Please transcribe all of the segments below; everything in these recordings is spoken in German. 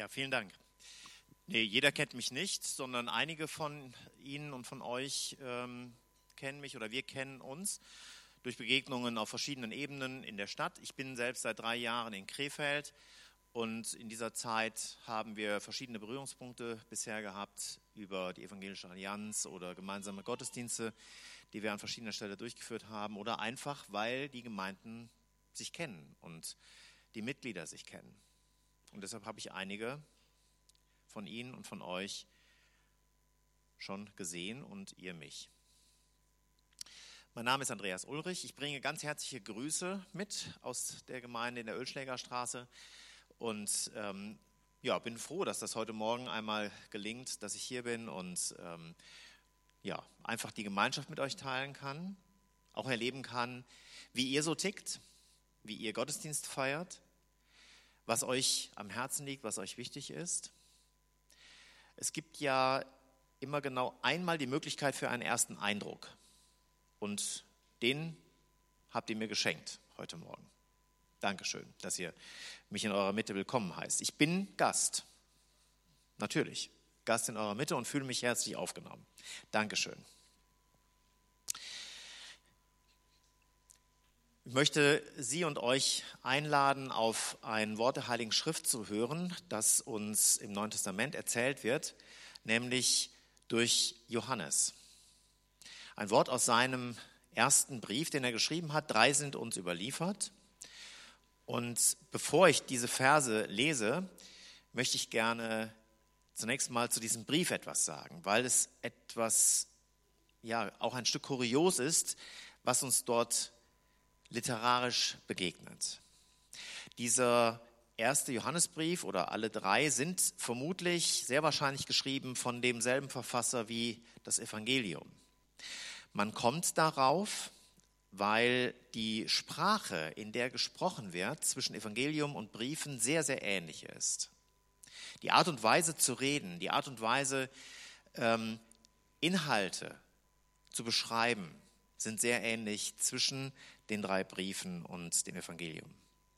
Ja, vielen Dank. Nee, jeder kennt mich nicht, sondern einige von Ihnen und von euch kennen mich oder wir kennen uns durch Begegnungen auf verschiedenen Ebenen in der Stadt. Ich bin selbst seit 3 Jahren in Krefeld und in dieser Zeit haben wir verschiedene Berührungspunkte bisher gehabt über die Evangelische Allianz oder gemeinsame Gottesdienste, die wir an verschiedener Stelle durchgeführt haben oder einfach, weil die Gemeinden sich kennen und die Mitglieder sich kennen. Und deshalb habe ich einige von Ihnen und von euch schon gesehen und ihr mich. Mein Name ist Andreas Ulrich. Ich bringe ganz herzliche Grüße mit aus der Gemeinde in der Ölschlägerstraße und bin froh, dass das heute Morgen einmal gelingt, dass ich hier bin und einfach die Gemeinschaft mit euch teilen kann, auch erleben kann, wie ihr so tickt, wie ihr Gottesdienst feiert, was euch am Herzen liegt, was euch wichtig ist. Es gibt ja immer genau einmal die Möglichkeit für einen ersten Eindruck. Und den habt ihr mir geschenkt heute Morgen. Dankeschön, dass ihr mich in eurer Mitte willkommen heißt. Ich bin Gast. Natürlich, Gast in eurer Mitte und fühle mich herzlich aufgenommen. Dankeschön. Ich möchte Sie und euch einladen, auf ein Wort der Heiligen Schrift zu hören, das uns im Neuen Testament erzählt wird, nämlich durch Johannes. Ein Wort aus seinem ersten Brief, den er geschrieben hat. 3 sind uns überliefert. Und bevor ich diese Verse lese, möchte ich gerne zunächst mal zu diesem Brief etwas sagen, weil es etwas, auch ein Stück kurios ist, was uns dort literarisch begegnet. Dieser erste Johannesbrief oder alle 3 sind vermutlich sehr wahrscheinlich geschrieben von demselben Verfasser wie das Evangelium. Man kommt darauf, weil die Sprache, in der gesprochen wird, zwischen Evangelium und Briefen sehr, sehr ähnlich ist. Die Art und Weise zu reden, die Art und Weise, Inhalte zu beschreiben, sind sehr ähnlich zwischen den 3 Briefen und dem Evangelium.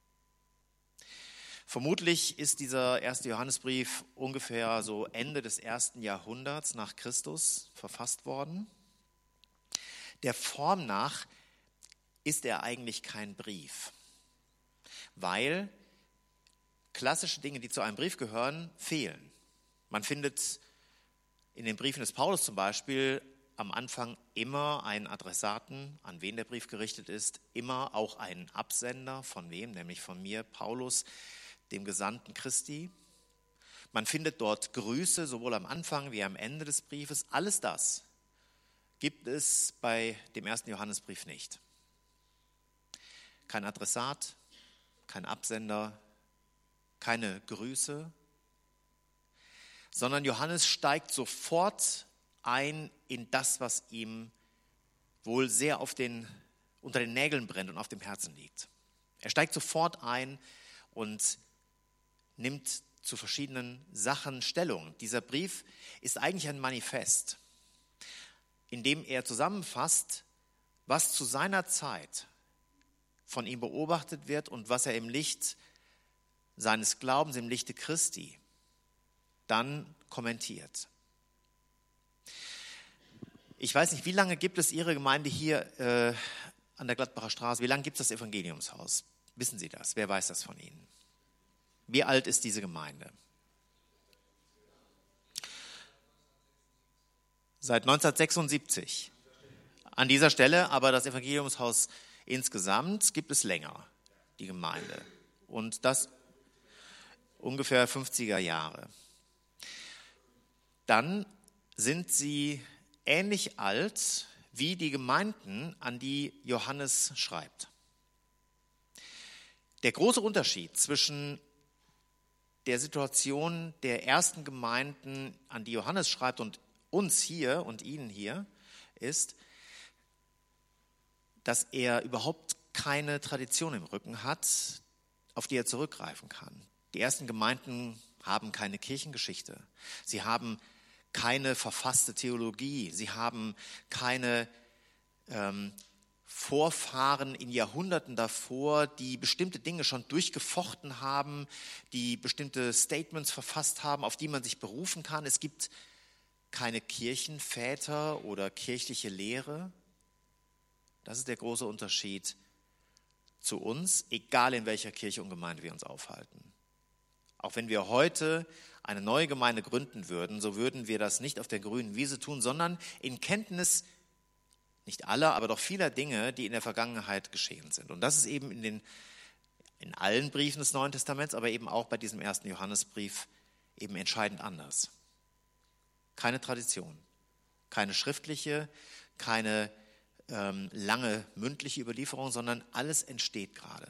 Vermutlich ist dieser erste Johannesbrief ungefähr so Ende des 1. Jahrhunderts nach Christus verfasst worden. Der Form nach ist er eigentlich kein Brief, weil klassische Dinge, die zu einem Brief gehören, fehlen. Man findet in den Briefen des Paulus zum Beispiel am Anfang immer einen Adressaten, an wen der Brief gerichtet ist, immer auch einen Absender, von wem, nämlich von mir, Paulus, dem Gesandten Christi. Man findet dort Grüße, sowohl am Anfang wie am Ende des Briefes. Alles das gibt es bei dem ersten Johannesbrief nicht. Kein Adressat, kein Absender, keine Grüße, sondern Johannes steigt sofort ein in das, was ihm wohl sehr unter den Nägeln brennt und auf dem Herzen liegt. Er steigt sofort ein und nimmt zu verschiedenen Sachen Stellung. Dieser Brief ist eigentlich ein Manifest, in dem er zusammenfasst, was zu seiner Zeit von ihm beobachtet wird und was er im Licht seines Glaubens, im Lichte Christi, dann kommentiert. Ich weiß nicht, wie lange gibt es Ihre Gemeinde hier an der Gladbacher Straße? Wie lange gibt es das Evangeliumshaus? Wissen Sie das? Wer weiß das von Ihnen? Wie alt ist diese Gemeinde? Seit 1976. An dieser Stelle, aber das Evangeliumshaus insgesamt gibt es länger, die Gemeinde. Und das ungefähr 50er Jahre. Dann sind sie ähnlich alt wie die Gemeinden, an die Johannes schreibt. Der große Unterschied zwischen der Situation der ersten Gemeinden, an die Johannes schreibt, und uns hier und Ihnen hier, ist, dass er überhaupt keine Tradition im Rücken hat, auf die er zurückgreifen kann. Die ersten Gemeinden haben keine Kirchengeschichte. Sie haben keine verfasste Theologie. Sie haben keine Vorfahren in Jahrhunderten davor, die bestimmte Dinge schon durchgefochten haben, die bestimmte Statements verfasst haben, auf die man sich berufen kann. Es gibt keine Kirchenväter oder kirchliche Lehre. Das ist der große Unterschied zu uns, egal in welcher Kirche und Gemeinde wir uns aufhalten. Auch wenn wir heute eine neue Gemeinde gründen würden, so würden wir das nicht auf der grünen Wiese tun, sondern in Kenntnis nicht aller, aber doch vieler Dinge, die in der Vergangenheit geschehen sind. Und das ist eben in allen Briefen des Neuen Testaments, aber eben auch bei diesem ersten Johannesbrief eben entscheidend anders. Keine Tradition, keine schriftliche, keine lange mündliche Überlieferung, sondern alles entsteht gerade.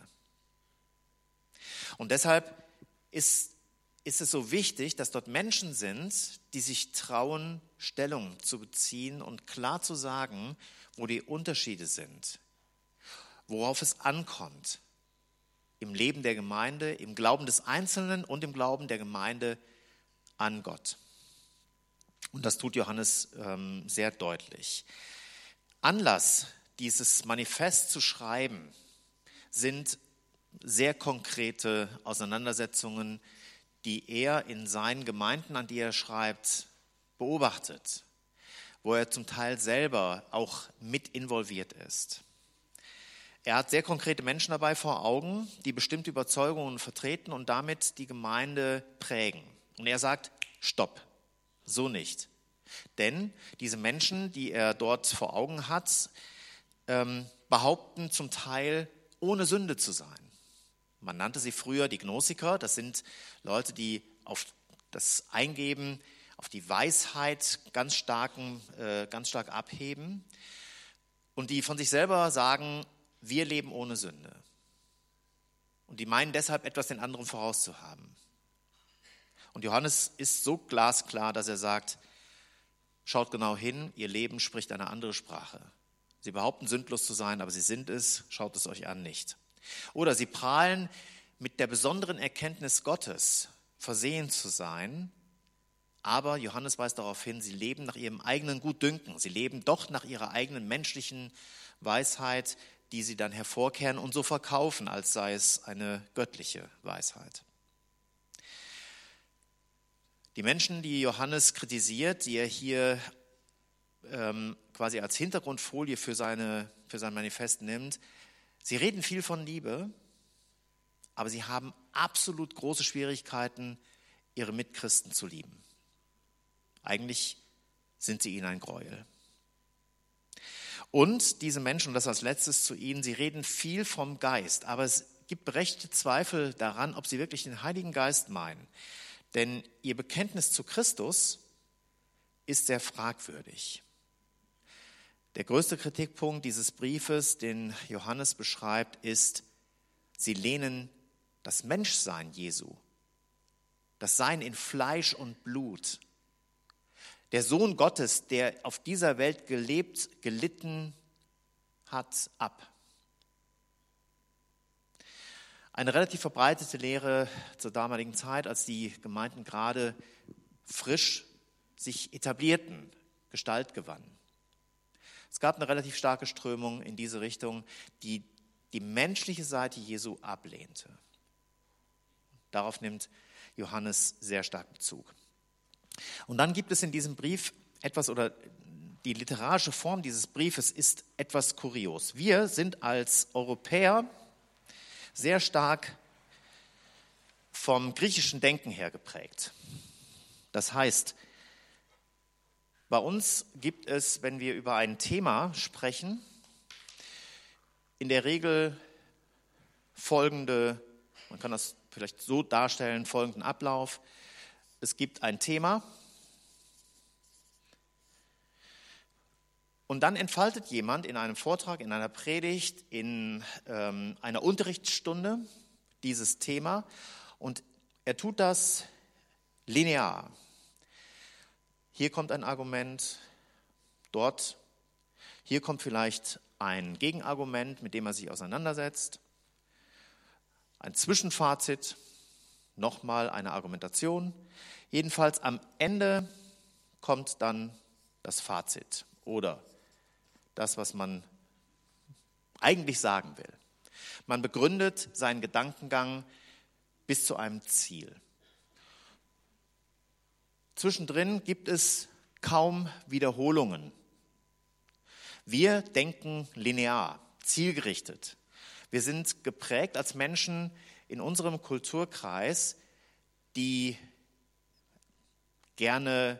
Und deshalb ist es so wichtig, dass dort Menschen sind, die sich trauen, Stellung zu beziehen und klar zu sagen, wo die Unterschiede sind, worauf es ankommt im Leben der Gemeinde, im Glauben des Einzelnen und im Glauben der Gemeinde an Gott. Und das tut Johannes sehr deutlich. Anlass, dieses Manifest zu schreiben, sind sehr konkrete Auseinandersetzungen, die er in seinen Gemeinden, an die er schreibt, beobachtet, wo er zum Teil selber auch mit involviert ist. Er hat sehr konkrete Menschen dabei vor Augen, die bestimmte Überzeugungen vertreten und damit die Gemeinde prägen. Und er sagt, stopp, so nicht. Denn diese Menschen, die er dort vor Augen hat, behaupten zum Teil, ohne Sünde zu sein. Man nannte sie früher die Gnostiker. Das sind Leute, die auf das Eingeben, auf die Weisheit ganz stark abheben und die von sich selber sagen, wir leben ohne Sünde. Und die meinen deshalb, etwas den anderen vorauszuhaben. Und Johannes ist so glasklar, dass er sagt, schaut genau hin, ihr Leben spricht eine andere Sprache. Sie behaupten, sündlos zu sein, aber sie sind es, schaut es euch an, nicht. Oder sie prahlen mit der besonderen Erkenntnis Gottes, versehen zu sein, aber Johannes weist darauf hin, sie leben nach ihrem eigenen Gutdünken, sie leben doch nach ihrer eigenen menschlichen Weisheit, die sie dann hervorkehren und so verkaufen, als sei es eine göttliche Weisheit. Die Menschen, die Johannes kritisiert, die er hier quasi als Hintergrundfolie für sein Manifest nimmt, sie reden viel von Liebe, aber sie haben absolut große Schwierigkeiten, ihre Mitchristen zu lieben. Eigentlich sind sie ihnen ein Gräuel. Und diese Menschen, und das als letztes zu ihnen, sie reden viel vom Geist, aber es gibt berechtigte Zweifel daran, ob sie wirklich den Heiligen Geist meinen. Denn ihr Bekenntnis zu Christus ist sehr fragwürdig. Der größte Kritikpunkt dieses Briefes, den Johannes beschreibt, ist, sie lehnen das Menschsein Jesu, das Sein in Fleisch und Blut, der Sohn Gottes, der auf dieser Welt gelebt, gelitten hat, ab. Eine relativ verbreitete Lehre zur damaligen Zeit, als die Gemeinden gerade frisch sich etablierten, Gestalt gewannen. Es gab eine relativ starke Strömung in diese Richtung, die die menschliche Seite Jesu ablehnte. Darauf nimmt Johannes sehr stark Bezug. Und dann gibt es in diesem Brief etwas, oder die literarische Form dieses Briefes ist etwas kurios. Wir sind als Europäer sehr stark vom griechischen Denken her geprägt. Das heißt, bei uns gibt es, wenn wir über ein Thema sprechen, in der Regel folgende, man kann das vielleicht so darstellen, folgenden Ablauf. Es gibt ein Thema und dann entfaltet jemand in einem Vortrag, in einer Predigt, in einer Unterrichtsstunde dieses Thema und er tut das linear. Hier kommt ein Argument, dort, hier kommt vielleicht ein Gegenargument, mit dem er sich auseinandersetzt, ein Zwischenfazit, nochmal eine Argumentation. Jedenfalls am Ende kommt dann das Fazit oder das, was man eigentlich sagen will. Man begründet seinen Gedankengang bis zu einem Ziel. Zwischendrin gibt es kaum Wiederholungen. Wir denken linear, zielgerichtet. Wir sind geprägt als Menschen in unserem Kulturkreis, die gerne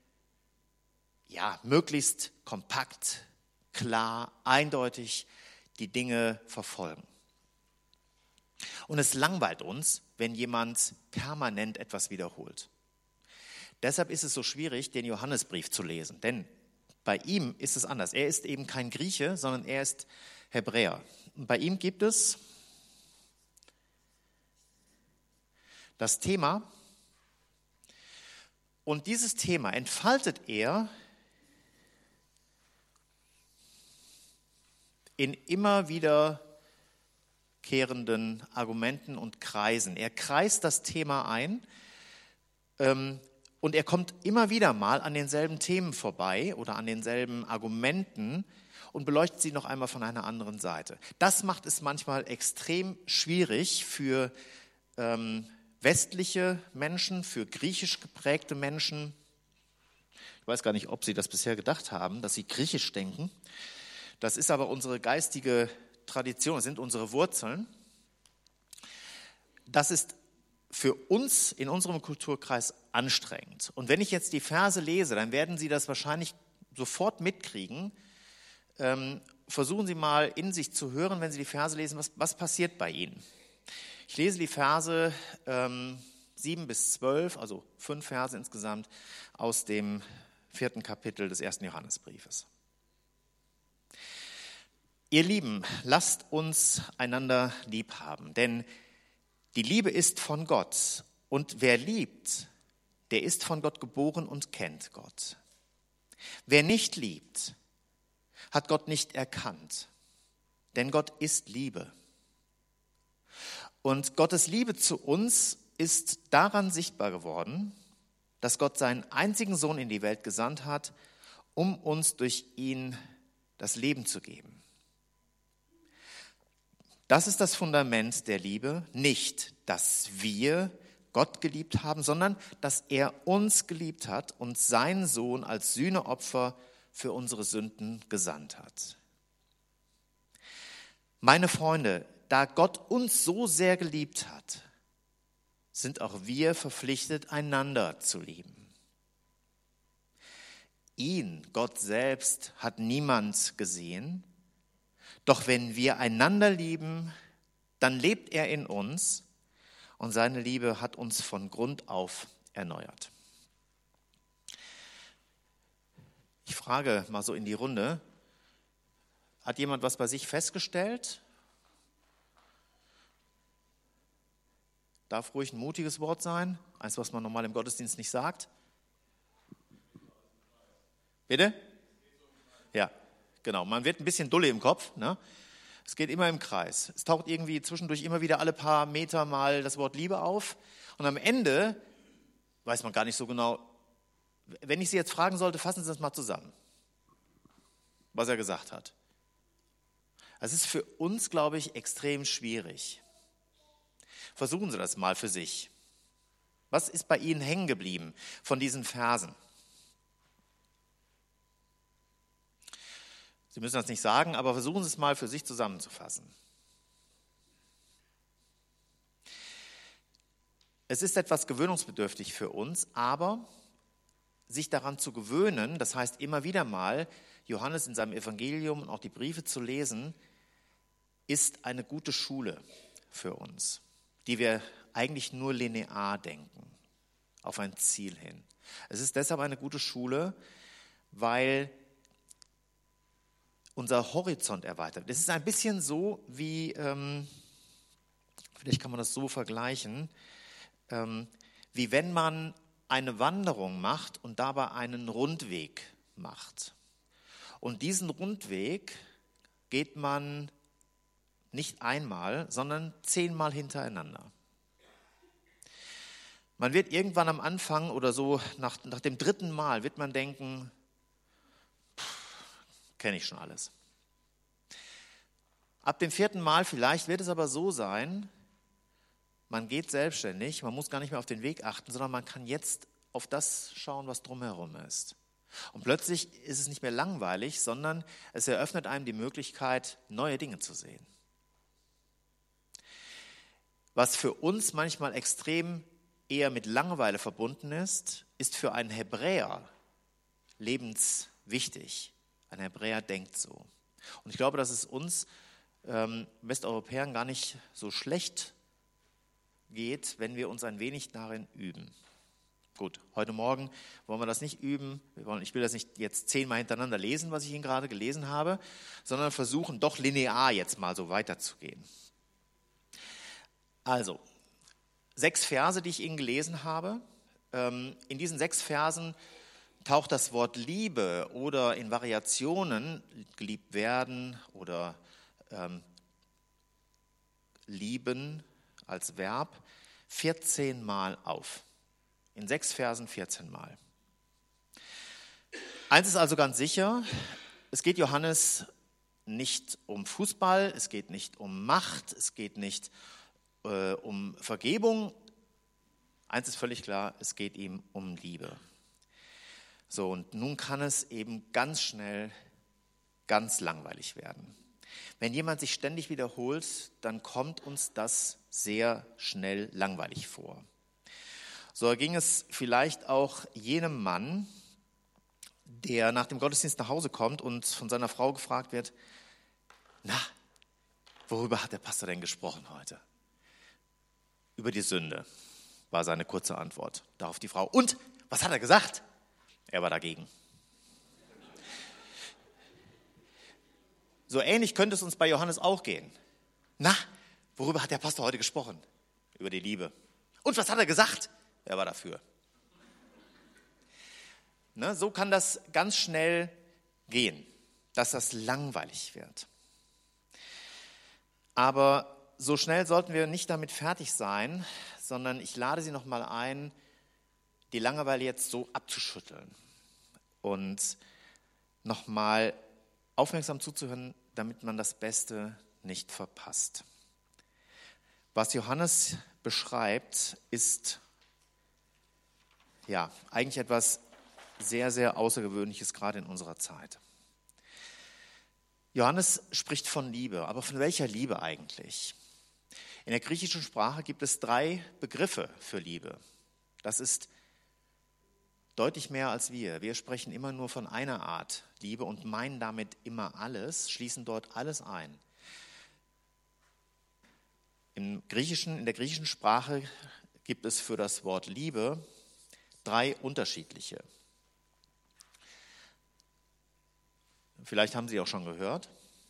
möglichst kompakt, klar, eindeutig die Dinge verfolgen. Und es langweilt uns, wenn jemand permanent etwas wiederholt. Deshalb ist es so schwierig, den Johannesbrief zu lesen, denn bei ihm ist es anders. Er ist eben kein Grieche, sondern er ist Hebräer. Und bei ihm gibt es das Thema, und dieses Thema entfaltet er in immer wiederkehrenden Argumenten und Kreisen. Er kreist das Thema ein und er kommt immer wieder mal an denselben Themen vorbei oder an denselben Argumenten und beleuchtet sie noch einmal von einer anderen Seite. Das macht es manchmal extrem schwierig für westliche Menschen, für griechisch geprägte Menschen. Ich weiß gar nicht, ob Sie das bisher gedacht haben, dass Sie griechisch denken. Das ist aber unsere geistige Tradition, das sind unsere Wurzeln. Das ist für uns in unserem Kulturkreis anstrengend. Und wenn ich jetzt die Verse lese, dann werden Sie das wahrscheinlich sofort mitkriegen. Versuchen Sie mal in sich zu hören, wenn Sie die Verse lesen, was passiert bei Ihnen. Ich lese die Verse 7 bis 12, also 5 Verse insgesamt, aus dem 4. Kapitel des 1. Johannesbriefes. Ihr Lieben, lasst uns einander lieb haben, denn die Liebe ist von Gott. Und wer liebt, der ist von Gott geboren und kennt Gott. Wer nicht liebt, hat Gott nicht erkannt, denn Gott ist Liebe. Und Gottes Liebe zu uns ist daran sichtbar geworden, dass Gott seinen einzigen Sohn in die Welt gesandt hat, um uns durch ihn das Leben zu geben. Das ist das Fundament der Liebe, nicht, dass wir Gott geliebt haben, sondern dass er uns geliebt hat und seinen Sohn als Sühneopfer für unsere Sünden gesandt hat. Meine Freunde, da Gott uns so sehr geliebt hat, sind auch wir verpflichtet, einander zu lieben. Ihn, Gott selbst, hat niemand gesehen. Doch wenn wir einander lieben, dann lebt er in uns und seine Liebe hat uns von Grund auf erneuert. Ich frage mal so in die Runde, hat jemand was bei sich festgestellt? Darf ruhig ein mutiges Wort sein, eins, was man normal im Gottesdienst nicht sagt. Bitte? Ja. Genau, man wird ein bisschen dulle im Kopf, ne? Es geht immer im Kreis. Es taucht irgendwie zwischendurch immer wieder alle paar Meter mal das Wort Liebe auf. Und am Ende weiß man gar nicht so genau, wenn ich Sie jetzt fragen sollte, fassen Sie das mal zusammen, was er gesagt hat. Es ist für uns, glaube ich, extrem schwierig. Versuchen Sie das mal für sich. Was ist bei Ihnen hängen geblieben von diesen Versen? Sie müssen das nicht sagen, aber versuchen Sie es mal für sich zusammenzufassen. Es ist etwas gewöhnungsbedürftig für uns, aber sich daran zu gewöhnen, das heißt immer wieder mal Johannes in seinem Evangelium und auch die Briefe zu lesen, ist eine gute Schule für uns, die wir eigentlich nur linear denken, auf ein Ziel hin. Es ist deshalb eine gute Schule, weil unser Horizont erweitert. Es ist ein bisschen so wie, vielleicht kann man das so vergleichen, wie wenn man eine Wanderung macht und dabei einen Rundweg macht. Und diesen Rundweg geht man nicht einmal, sondern 10-mal hintereinander. Man wird irgendwann am Anfang oder so nach dem 3. Mal wird man denken, kenne ich schon alles. Ab dem 4. Mal vielleicht wird es aber so sein, man geht selbstständig, man muss gar nicht mehr auf den Weg achten, sondern man kann jetzt auf das schauen, was drumherum ist. Und plötzlich ist es nicht mehr langweilig, sondern es eröffnet einem die Möglichkeit, neue Dinge zu sehen. Was für uns manchmal extrem eher mit Langeweile verbunden ist, ist für einen Hebräer lebenswichtig. Ein Hebräer denkt so. Und ich glaube, dass es uns Westeuropäern gar nicht so schlecht geht, wenn wir uns ein wenig darin üben. Gut, heute Morgen wollen wir das nicht üben. Ich will das nicht jetzt 10-mal hintereinander lesen, was ich Ihnen gerade gelesen habe, sondern versuchen doch linear jetzt mal so weiterzugehen. Also, 6 Verse, die ich Ihnen gelesen habe. In diesen 6 Versen taucht das Wort Liebe oder in Variationen geliebt werden oder lieben als Verb 14 Mal auf. In 6 Versen 14 Mal. Eins ist also ganz sicher, es geht Johannes nicht um Fußball, es geht nicht um Macht, es geht nicht um Vergebung. Eins ist völlig klar, es geht ihm um Liebe. So, und nun kann es eben ganz schnell ganz langweilig werden. Wenn jemand sich ständig wiederholt, dann kommt uns das sehr schnell langweilig vor. So ging es vielleicht auch jenem Mann, der nach dem Gottesdienst nach Hause kommt und von seiner Frau gefragt wird, na, worüber hat der Pastor denn gesprochen heute? Über die Sünde, war seine kurze Antwort. Darauf die Frau, und, was hat er gesagt? Er war dagegen. So ähnlich könnte es uns bei Johannes auch gehen. Na, worüber hat der Pastor heute gesprochen? Über die Liebe. Und was hat er gesagt? Er war dafür. Ne, so kann das ganz schnell gehen, dass das langweilig wird. Aber so schnell sollten wir nicht damit fertig sein, sondern ich lade Sie noch mal ein, die Langeweile jetzt so abzuschütteln und noch mal aufmerksam zuzuhören, damit man das Beste nicht verpasst. Was Johannes beschreibt, ist ja eigentlich etwas sehr, sehr Außergewöhnliches, gerade in unserer Zeit. Johannes spricht von Liebe, aber von welcher Liebe eigentlich? In der griechischen Sprache gibt es 3 Begriffe für Liebe. Das ist deutlich mehr als wir. Wir sprechen immer nur von einer Art Liebe und meinen damit immer alles, schließen dort alles ein. In der griechischen Sprache gibt es für das Wort Liebe 3 unterschiedliche. Vielleicht haben Sie auch schon gehört.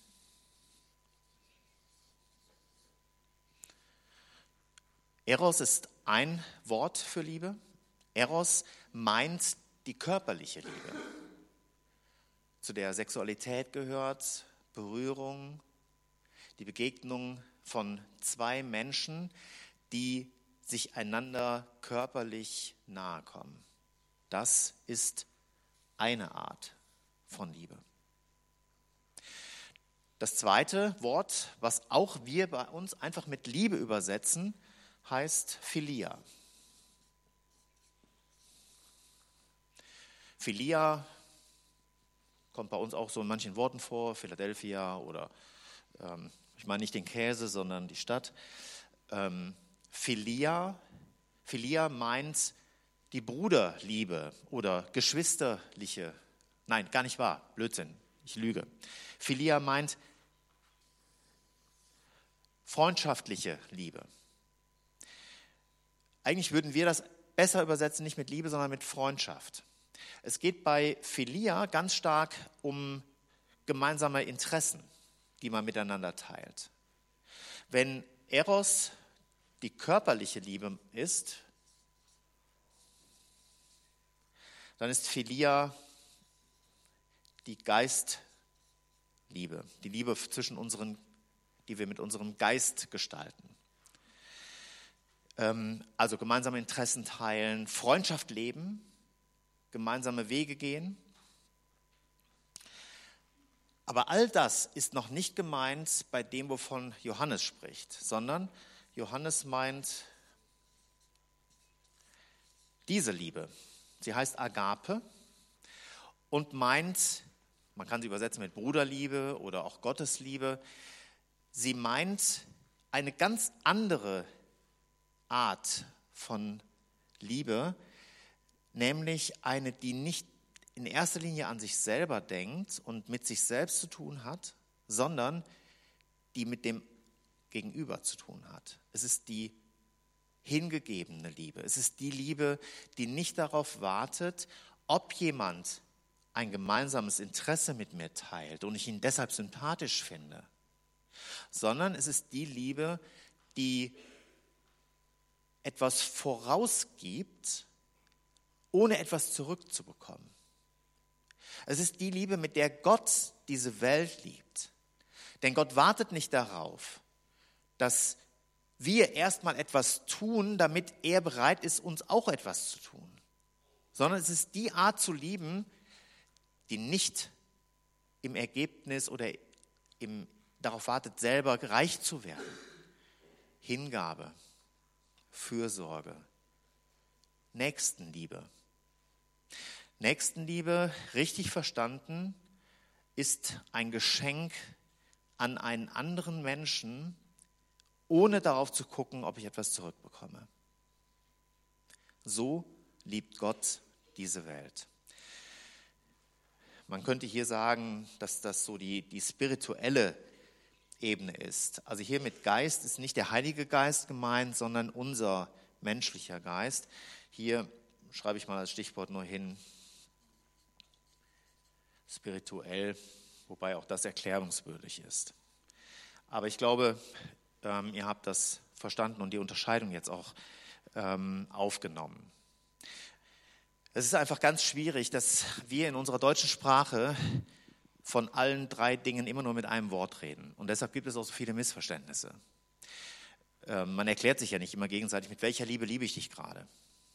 Eros ist ein Wort für Liebe. Eros meint die körperliche Liebe. Zu der Sexualität gehört Berührung, die Begegnung von 2 Menschen, die sich einander körperlich nahe kommen. Das ist eine Art von Liebe. Das zweite Wort, was auch wir bei uns einfach mit Liebe übersetzen, heißt Philia. Philia kommt bei uns auch so in manchen Worten vor, Philadelphia oder ich meine nicht den Käse, sondern die Stadt. Philia meint die Bruderliebe oder geschwisterliche, nein, gar nicht wahr, Blödsinn, ich lüge. Philia meint freundschaftliche Liebe. Eigentlich würden wir das besser übersetzen, nicht mit Liebe, sondern mit Freundschaft. Es geht bei Philia ganz stark um gemeinsame Interessen, die man miteinander teilt. Wenn Eros die körperliche Liebe ist, dann ist Philia die Geistliebe, die Liebe zwischen die wir mit unserem Geist gestalten. Also gemeinsame Interessen teilen, Freundschaft leben, gemeinsame Wege gehen. Aber all das ist noch nicht gemeint bei dem, wovon Johannes spricht, sondern Johannes meint diese Liebe. Sie heißt Agape und meint, man kann sie übersetzen mit Bruderliebe oder auch Gottesliebe, sie meint eine ganz andere Art von Liebe, nämlich eine, die nicht in erster Linie an sich selber denkt und mit sich selbst zu tun hat, sondern die mit dem Gegenüber zu tun hat. Es ist die hingegebene Liebe. Es ist die Liebe, die nicht darauf wartet, ob jemand ein gemeinsames Interesse mit mir teilt und ich ihn deshalb sympathisch finde, sondern es ist die Liebe, die etwas vorausgibt, ohne etwas zurückzubekommen. Es ist die Liebe, mit der Gott diese Welt liebt. Denn Gott wartet nicht darauf, dass wir erstmal etwas tun, damit er bereit ist, uns auch etwas zu tun. Sondern es ist die Art zu lieben, die nicht im Ergebnis oder darauf wartet, selber reich zu werden. Hingabe, Fürsorge, Nächstenliebe. Nächstenliebe, richtig verstanden, ist ein Geschenk an einen anderen Menschen, ohne darauf zu gucken, ob ich etwas zurückbekomme. So liebt Gott diese Welt. Man könnte hier sagen, dass das so die spirituelle Ebene ist. Also hier mit Geist ist nicht der Heilige Geist gemeint, sondern unser menschlicher Geist. Hier schreibe ich mal das Stichwort nur hin, spirituell, wobei auch das erklärungswürdig ist. Aber ich glaube, ihr habt das verstanden und die Unterscheidung jetzt auch aufgenommen. Es ist einfach ganz schwierig, dass wir in unserer deutschen Sprache von allen drei Dingen immer nur mit einem Wort reden. Und deshalb gibt es auch so viele Missverständnisse. Man erklärt sich ja nicht immer gegenseitig, mit welcher Liebe liebe ich dich gerade.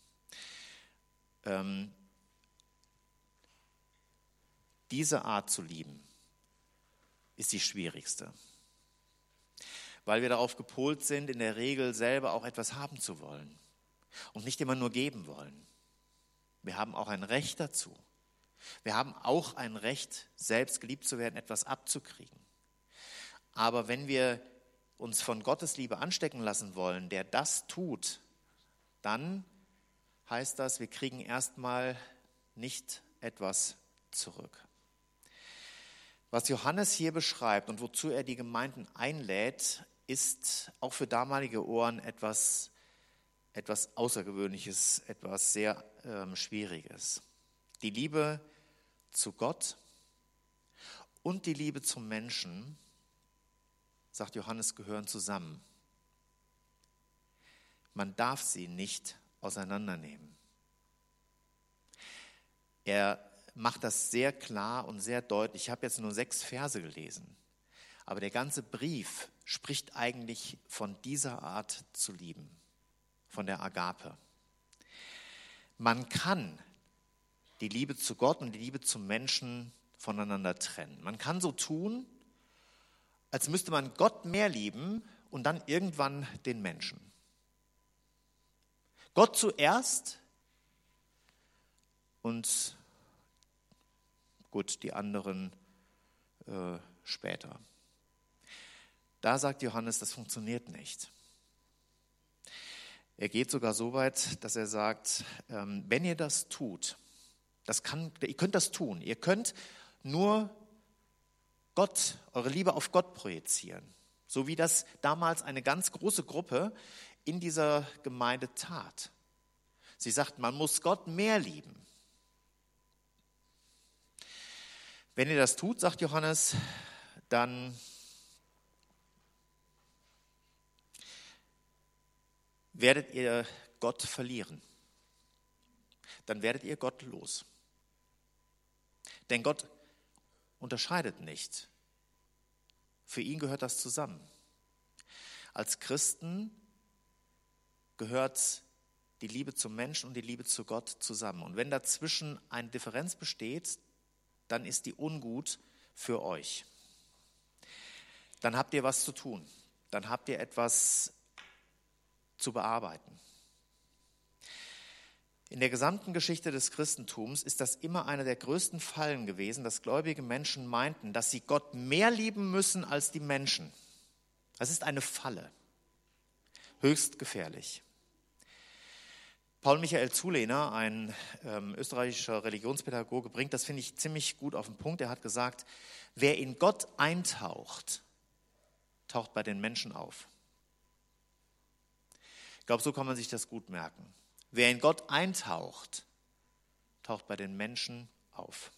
Diese Art zu lieben ist die schwierigste, weil wir darauf gepolt sind, in der Regel selber auch etwas haben zu wollen und nicht immer nur geben wollen. Wir haben auch ein Recht dazu. Wir haben auch ein Recht, selbst geliebt zu werden, etwas abzukriegen. Aber wenn wir uns von Gottes Liebe anstecken lassen wollen, der das tut, dann heißt das, wir kriegen erstmal nicht etwas zurück. Was Johannes hier beschreibt und wozu er die Gemeinden einlädt, ist auch für damalige Ohren etwas Außergewöhnliches, etwas sehr Schwieriges. Die Liebe zu Gott und die Liebe zum Menschen, sagt Johannes, gehören zusammen. Man darf sie nicht auseinandernehmen. Er macht das sehr klar und sehr deutlich. Ich habe jetzt nur 6 Verse gelesen, aber der ganze Brief spricht eigentlich von dieser Art zu lieben, von der Agape. Man kann die Liebe zu Gott und die Liebe zum Menschen voneinander trennen. Man kann so tun, als müsste man Gott mehr lieben und dann irgendwann den Menschen. Gott zuerst und gut, die anderen später. Da sagt Johannes, das funktioniert nicht. Er geht sogar so weit, dass er sagt, wenn ihr das tut, ihr könnt das tun, ihr könnt nur Gott, eure Liebe auf Gott projizieren, so wie das damals eine ganz große Gruppe in dieser Gemeinde tat. Sie sagt, man muss Gott mehr lieben. Wenn ihr das tut, sagt Johannes, dann werdet ihr Gott verlieren. Dann werdet ihr Gott los. Denn Gott unterscheidet nicht. Für ihn gehört das zusammen. Als Christen gehört die Liebe zum Menschen und die Liebe zu Gott zusammen. Und wenn dazwischen eine Differenz besteht, dann ist die ungut für euch. Dann habt ihr was zu tun. Dann habt ihr etwas zu bearbeiten. In der gesamten Geschichte des Christentums ist das immer eine der größten Fallen gewesen, dass gläubige Menschen meinten, dass sie Gott mehr lieben müssen als die Menschen. Das ist eine Falle. Höchst gefährlich. Paul Michael Zulehner, ein österreichischer Religionspädagoge, bringt das, finde ich, ziemlich gut auf den Punkt. Er hat gesagt, wer in Gott eintaucht, taucht bei den Menschen auf. Ich glaube, so kann man sich das gut merken. Wer in Gott eintaucht, taucht bei den Menschen auf.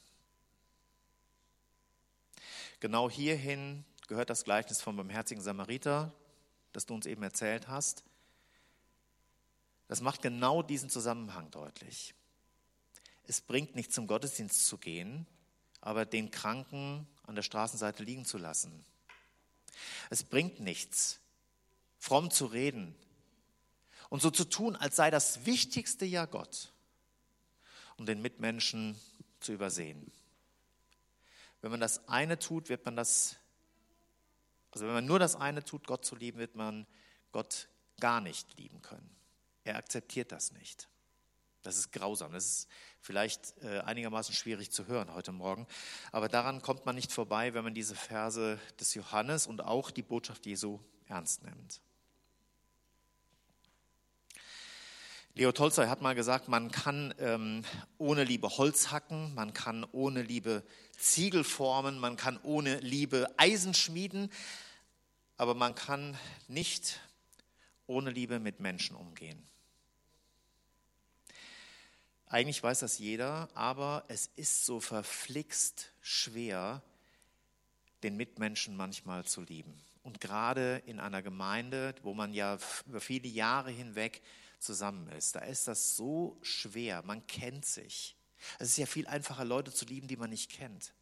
Genau hierhin gehört das Gleichnis vom barmherzigen Samariter, das du uns eben erzählt hast. Das macht genau diesen Zusammenhang deutlich. Es bringt nichts, zum Gottesdienst zu gehen, aber den Kranken an der Straßenseite liegen zu lassen. Es bringt nichts, fromm zu reden und so zu tun, als sei das Wichtigste ja Gott, um den Mitmenschen zu übersehen. Wenn man das eine tut, wenn man nur das eine tut, Gott zu lieben, wird man Gott gar nicht lieben können. Er akzeptiert das nicht. Das ist grausam. Das ist vielleicht einigermaßen schwierig zu hören heute Morgen. Aber daran kommt man nicht vorbei, wenn man diese Verse des Johannes und auch die Botschaft Jesu ernst nimmt. Leo Tolstoi hat mal gesagt, man kann ohne Liebe Holz hacken, man kann ohne Liebe Ziegel formen, man kann ohne Liebe Eisen schmieden, aber man kann nicht ohne Liebe mit Menschen umgehen. Eigentlich weiß das jeder, aber es ist so verflixt schwer, den Mitmenschen manchmal zu lieben. Und gerade in einer Gemeinde, wo man ja über viele Jahre hinweg zusammen ist, da ist das so schwer, man kennt sich. Es ist ja viel einfacher, Leute zu lieben, die man nicht kennt.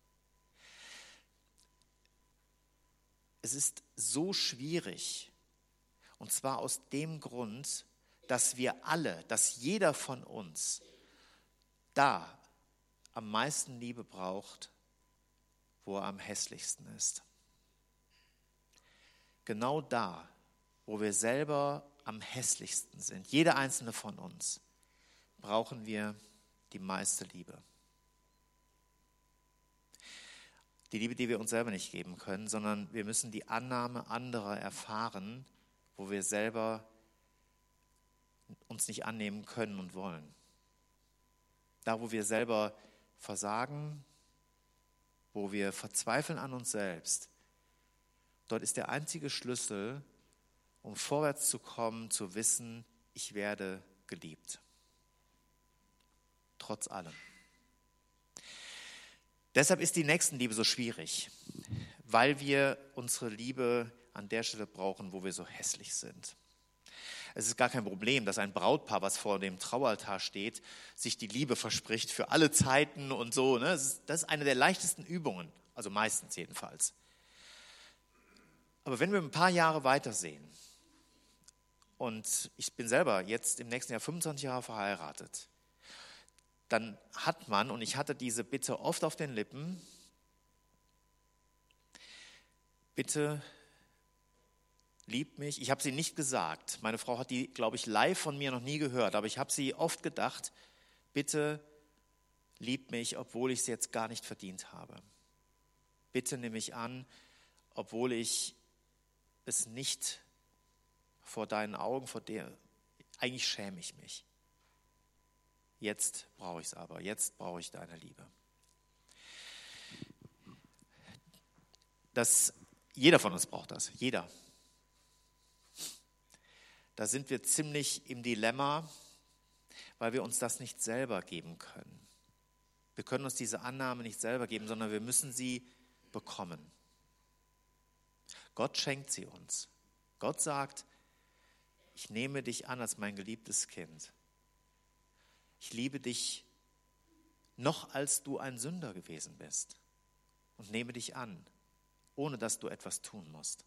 Es ist so schwierig, und zwar aus dem Grund, dass wir alle, dass jeder von uns da am meisten Liebe braucht, wo er am hässlichsten ist. Genau da, wo wir selber am hässlichsten sind, jeder einzelne von uns, brauchen wir die meiste Liebe. Die Liebe, die wir uns selber nicht geben können, sondern wir müssen die Annahme anderer erfahren, wo wir selber uns nicht annehmen können und wollen. Da, wo wir selber versagen, wo wir verzweifeln an uns selbst, dort ist der einzige Schlüssel, um vorwärts zu kommen, zu wissen, ich werde geliebt. Trotz allem. Deshalb ist die Nächstenliebe so schwierig, weil wir unsere Liebe an der Stelle brauchen, wo wir so hässlich sind. Es ist gar kein Problem, dass ein Brautpaar, was vor dem Traualtar steht, sich die Liebe verspricht für alle Zeiten und so. Ne? Das ist eine der leichtesten Übungen, also meistens jedenfalls. Aber wenn wir ein paar Jahre weitersehen, und ich bin selber jetzt im nächsten Jahr 25 Jahre verheiratet, dann hat man, und ich hatte diese Bitte oft auf den Lippen, bitte lieb mich. Ich habe sie nicht gesagt. Meine Frau hat die, glaube ich, live von mir noch nie gehört, aber ich habe sie oft gedacht, bitte lieb mich, obwohl ich es jetzt gar nicht verdient habe. Bitte nimm mich an, obwohl ich es nicht vor deinen Augen, eigentlich schäme ich mich. Jetzt brauche ich es aber, jetzt brauche ich deine Liebe. Jeder von uns braucht das, jeder. Da sind wir ziemlich im Dilemma, weil wir uns das nicht selber geben können. Wir können uns diese Annahme nicht selber geben, sondern wir müssen sie bekommen. Gott schenkt sie uns. Gott sagt, ich nehme dich an als mein geliebtes Kind. Ich liebe dich noch als du ein Sünder gewesen bist und nehme dich an, ohne dass du etwas tun musst.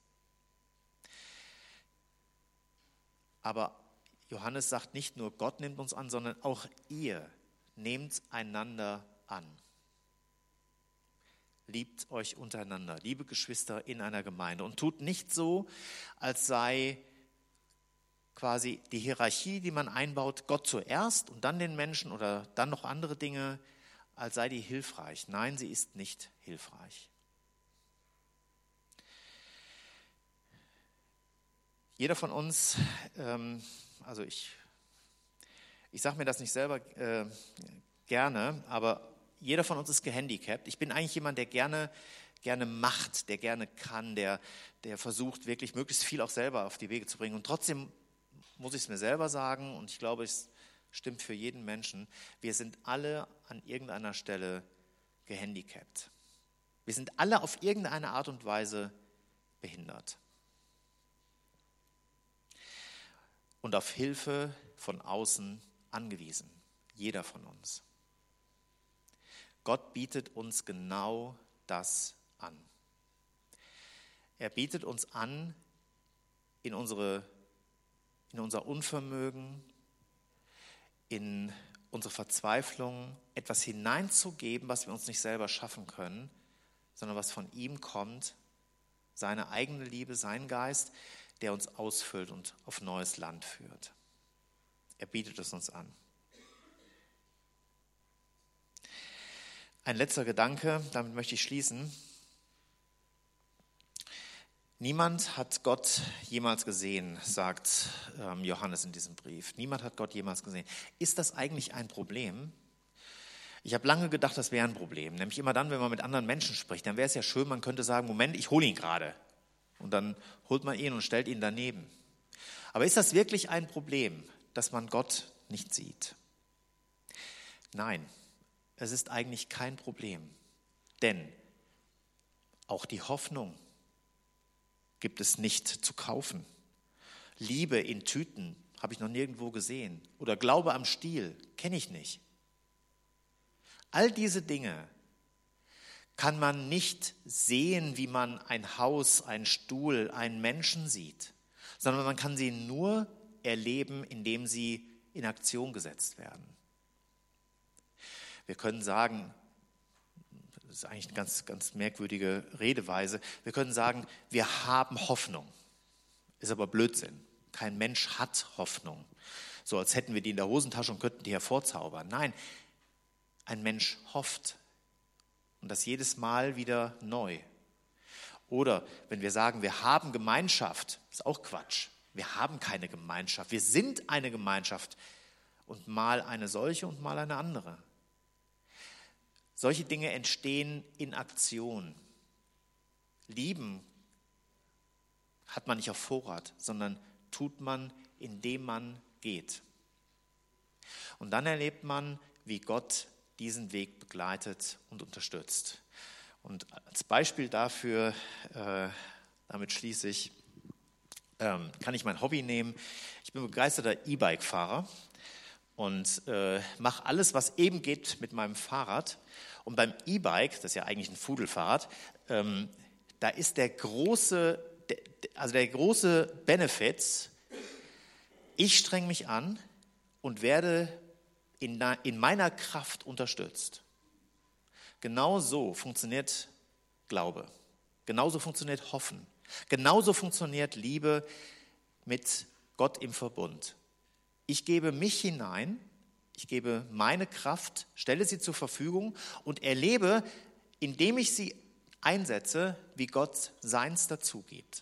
Aber Johannes sagt nicht nur, Gott nimmt uns an, sondern auch ihr nehmt einander an. liebt euch untereinander, liebe Geschwister in einer Gemeinde und tut nicht so, als sei quasi die Hierarchie, die man einbaut, Gott zuerst und dann den Menschen oder dann noch andere Dinge, als sei die hilfreich. Nein, sie ist nicht hilfreich. Jeder von uns, also ich sage mir das nicht selber gerne, aber jeder von uns ist gehandicapt. Ich bin eigentlich jemand, der gerne macht, der gerne kann, der versucht, wirklich möglichst viel auch selber auf die Wege zu bringen. Und trotzdem muss ich es mir selber sagen, und ich glaube, es stimmt für jeden Menschen, wir sind alle an irgendeiner Stelle gehandicapt. Wir sind alle auf irgendeine Art und Weise behindert. Und auf Hilfe von außen angewiesen. Jeder von uns. Gott bietet uns genau das an. Er bietet uns an, in unser Unvermögen, in unsere Verzweiflung etwas hineinzugeben, was wir uns nicht selber schaffen können, sondern was von ihm kommt, seine eigene Liebe, sein Geist, der uns ausfüllt und auf neues Land führt. Er bietet es uns an. Ein letzter Gedanke, damit möchte ich schließen. Niemand hat Gott jemals gesehen, sagt Johannes in diesem Brief. Niemand hat Gott jemals gesehen. Ist das eigentlich ein Problem? Ich habe lange gedacht, das wäre ein Problem. Nämlich immer dann, wenn man mit anderen Menschen spricht, dann wäre es ja schön, man könnte sagen, Moment, ich hole ihn gerade. Und dann holt man ihn und stellt ihn daneben. Aber ist das wirklich ein Problem, dass man Gott nicht sieht? Nein, es ist eigentlich kein Problem. Denn auch die Hoffnung gibt es nicht zu kaufen. Liebe in Tüten habe ich noch nirgendwo gesehen. Oder Glaube am Stiel kenne ich nicht. All diese Dinge kann man nicht sehen, wie man ein Haus, einen Stuhl, einen Menschen sieht, sondern man kann sie nur erleben, indem sie in Aktion gesetzt werden. Wir können sagen, das ist eigentlich eine ganz, ganz merkwürdige Redeweise, wir können sagen, wir haben Hoffnung. Ist aber Blödsinn. Kein Mensch hat Hoffnung. So als hätten wir die in der Hosentasche und könnten die hervorzaubern. Nein, ein Mensch hofft. Und das jedes Mal wieder neu. Oder wenn wir sagen, wir haben Gemeinschaft, ist auch Quatsch. Wir haben keine Gemeinschaft. Wir sind eine Gemeinschaft. Und mal eine solche und mal eine andere. Solche Dinge entstehen in Aktion. Lieben hat man nicht auf Vorrat, sondern tut man, indem man geht. Und dann erlebt man, wie Gott diesen Weg begleitet und unterstützt. Und als Beispiel dafür, damit schließe ich, kann ich mein Hobby nehmen. Ich bin begeisterter E-Bike-Fahrer und mache alles, was eben geht mit meinem Fahrrad. Und beim E-Bike, das ist ja eigentlich ein Fudelfahrrad, da ist der große Benefit, ich streng mich an und werde in meiner Kraft unterstützt. Genau so funktioniert Glaube. Genauso funktioniert Hoffen. Genauso funktioniert Liebe mit Gott im Verbund. Ich gebe mich hinein, ich gebe meine Kraft, stelle sie zur Verfügung und erlebe, indem ich sie einsetze, wie Gott seins dazu gibt.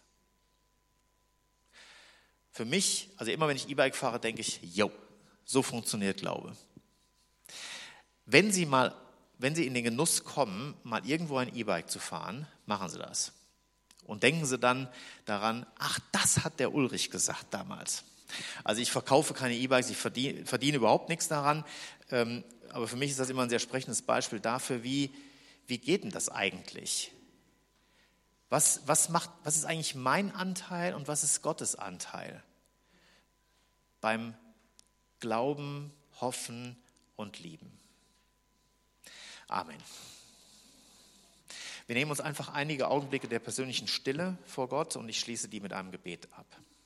Für mich, also immer wenn ich E-Bike fahre, denke ich, so funktioniert Glaube. Wenn Sie in den Genuss kommen, mal irgendwo ein E-Bike zu fahren, machen Sie das. Und denken Sie dann daran, ach, das hat der Ulrich gesagt damals. Also ich verkaufe keine E-Bikes, ich verdiene überhaupt nichts daran. Aber für mich ist das immer ein sehr sprechendes Beispiel dafür, wie geht denn das eigentlich? Was ist eigentlich mein Anteil und was ist Gottes Anteil? Beim Glauben, Hoffen und Lieben. Amen. Wir nehmen uns einfach einige Augenblicke der persönlichen Stille vor Gott und ich schließe die mit einem Gebet ab.